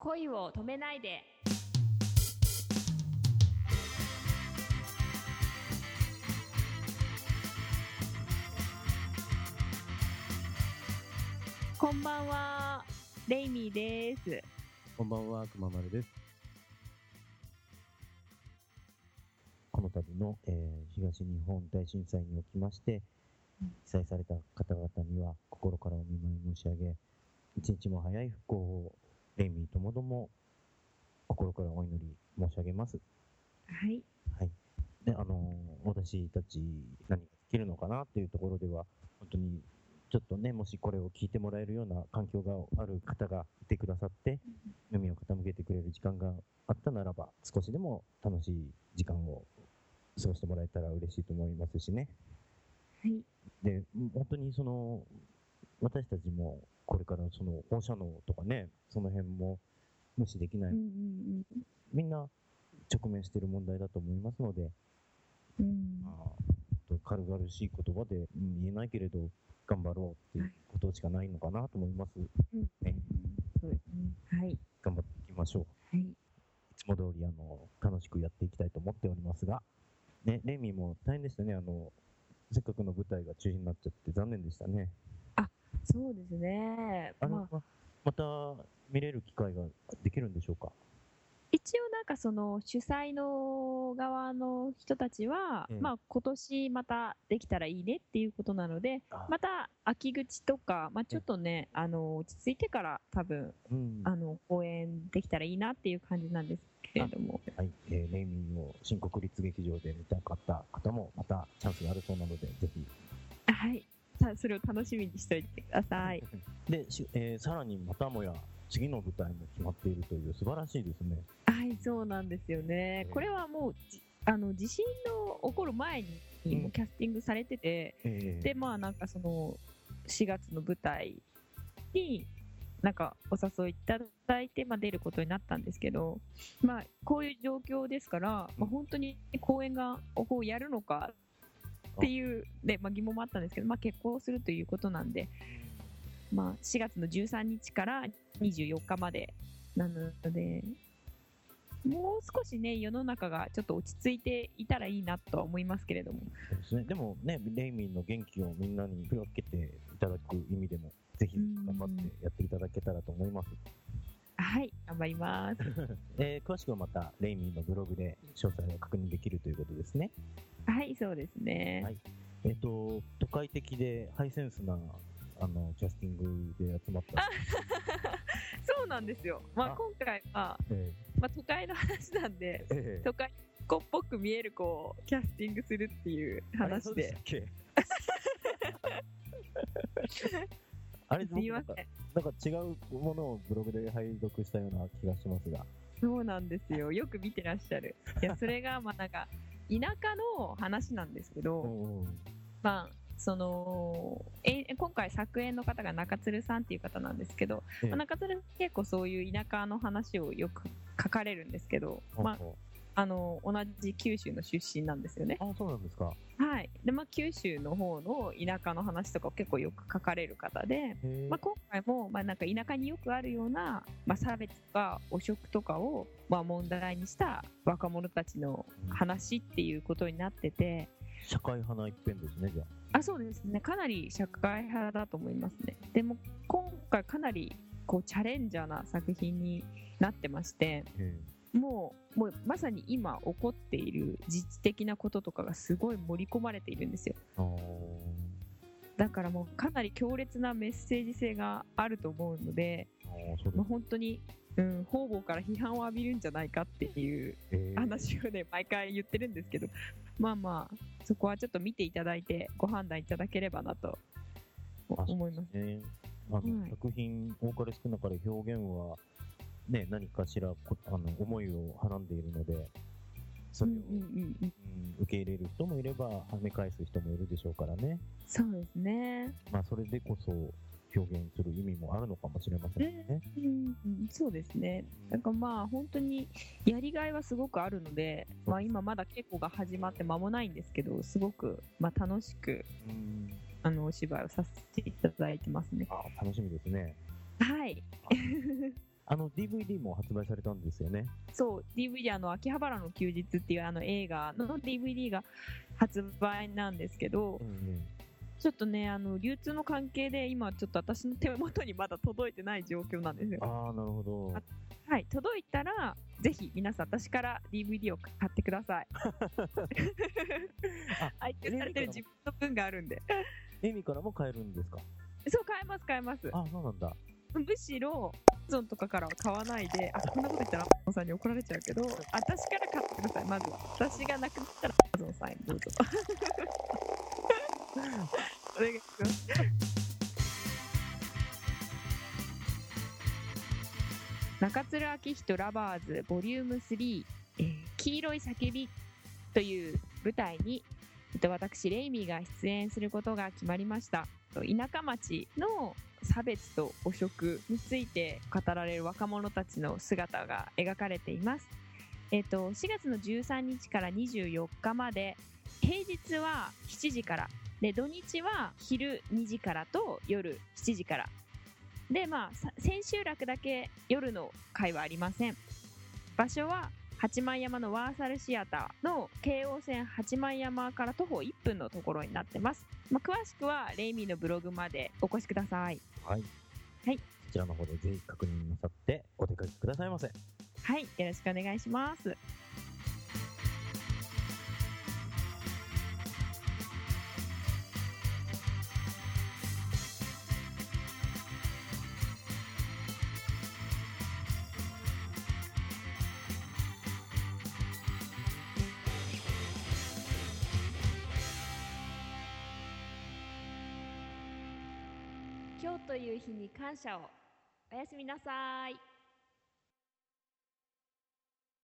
恋を止めないで。こんばんは、レイミーです。 こんばんは、くままるです。この度の、東日本大震災におきまして被災された方々には心からお見舞い申し上げ、一日も早い復興をレイミーともども心からお祈り申し上げます。 はい。 はい。で、私たち何ができるのかなっていうところでは、本当にちょっとね、もしこれを聞いてもらえるような環境がある方がいてくださって、耳を傾けてくれる時間があったならば、少しでも楽しい時間を過ごしてもらえたら嬉しいと思いますしね。 はい。 で、本当に私たちもこれから放射能とかね、その辺も無視できない、みんな直面している問題だと思いますので、軽々しい言葉で言えないけれど頑張ろうっていうことしかないのかなと思います、ね。 そうですね。はい。 頑張っていきましょう。 はい。 いつも通り楽しくやっていきたいと思っておりますが、ね、レイミーも大変でしたね。せっかくの舞台が中止になっちゃって残念でしたね。 そうですね。 また見れる機会ができるんでしょうか。 一応なんかその主催の側の人たちは、今年またできたらいいねっていうことなので、また秋口とか、ちょっとね、落ち着いてから多分、公演できたらいいなっていう感じなんですけれども。 はい。レイミーを新国立劇場で見たかった方もまたチャンスがあるそうなので、ぜひ。 はい。それを楽しみにしておいてください。 で、さらにまたもや次の舞台も決まっているという素晴らしいですね。 はい、そうなんですよね。これはもう地震の起こる前にもキャスティングされてて、でなんかその4月の舞台になんかお誘いいただいて、出ることになったんですけど、こういう状況ですから、本当に公演をやるのかっていう、ね、疑問もあったんですけど、決行するということなんで、4月の13日から24日までなので、もう少しね、世の中がちょっと落ち着いていたらいいなとは思いますけれども。 そうですね。でもね、レイミーの元気をみんなに分けていただく意味でも、ぜひ頑張ってやっていただけたらと思います。 はい、頑張ります。 詳しくはまたレイミーのブログで詳細を確認できるということですね。 はい、そうですね。 はい。都会的でハイセンスなキャスティングで集まったそうなんですよ。今回は、都会の話なんで、都会っ子っぽく見える子をキャスティングするっていう話で。 あれ、すみません。なんか違うものをブログで拝読したような気がしますが。 そうなんですよ。よく見てらっしゃる。いや、それがなんか田舎の話なんですけど、今回作演の方が中鶴さんっていう方なんですけど、中鶴さん結構そういう田舎の話をよく書かれるんですけど、同じ九州の出身なんですよね。 そうなんですか。 はい。で、九州の方の田舎の話とかを結構よく書かれる方で、今回もなんか田舎によくあるような、差別とか汚職とかを問題にした若者たちの話っていうことになってて、 社会派な一辺ですね、じゃあ。そうですね。かなり社会派だと思いますね。でも今回かなりチャレンジャーな作品になってまして、もうまさに今起こっている実質的なこととかがすごい盛り込まれているんですよ。だからもうかなり強烈なメッセージ性があると思うので、本当に方々から批判を浴びるんじゃないかっていう話をね、毎回言ってるんですけど、そこはちょっと見ていただいてご判断いただければなと思います。 作品多かれ少なかれ表現はね、何かしら思いをはらんでいるので、それを受け入れる人もいれば跳ね返す人もいるでしょうからね。 そうですね。 それでこそ表現する意味もあるのかもしれませんね。 そうですね。だから本当にやりがいはすごくあるので、今まだ稽古が始まって間もないんですけど、すごく楽しくお芝居をさせていただいてますね。 楽しみですね。 はい。 DVD も発売されたんですよね。 そう、DVD、秋葉原の休日っていう映画の DVD が発売なんですけど、ちょっとね、流通の関係で今ちょっと私の手元にまだ届いてない状況なんですよ。 ああ、なるほど。 はい、届いたらぜひ皆さん私から DVD を買ってください。配給されてる自分の分があるんで。 エミからも買えるんですか？ そう、買えます買えます。 あ、そうなんだ。 むしろAmazon とかからは買わないで、こんなこと言ったら Amazon さんに怒られちゃうけど、私から買ってください。まず私がなくなったら Amazon さんにどうぞ。お願いします。中津明人ラバーズボリューム3、黄色い叫びという舞台に、私レイミーが出演することが決まりました。田舎町の差別と汚職について語られる若者たちの姿が描かれています。4月の13日から24日まで、平日は7時からで、土日は昼2時からと夜7時からで、千秋楽だけ夜の会はありません。場所は八幡山のワーサルシアターの京王線八幡山から徒歩1分のところになってます。詳しくはレイミーのブログまでお越しください。 はい、 はい、 こちらの方でぜひ確認なさってお出かけくださいませ。 はい、よろしくお願いします。今日という日に感謝を。おやすみなさい。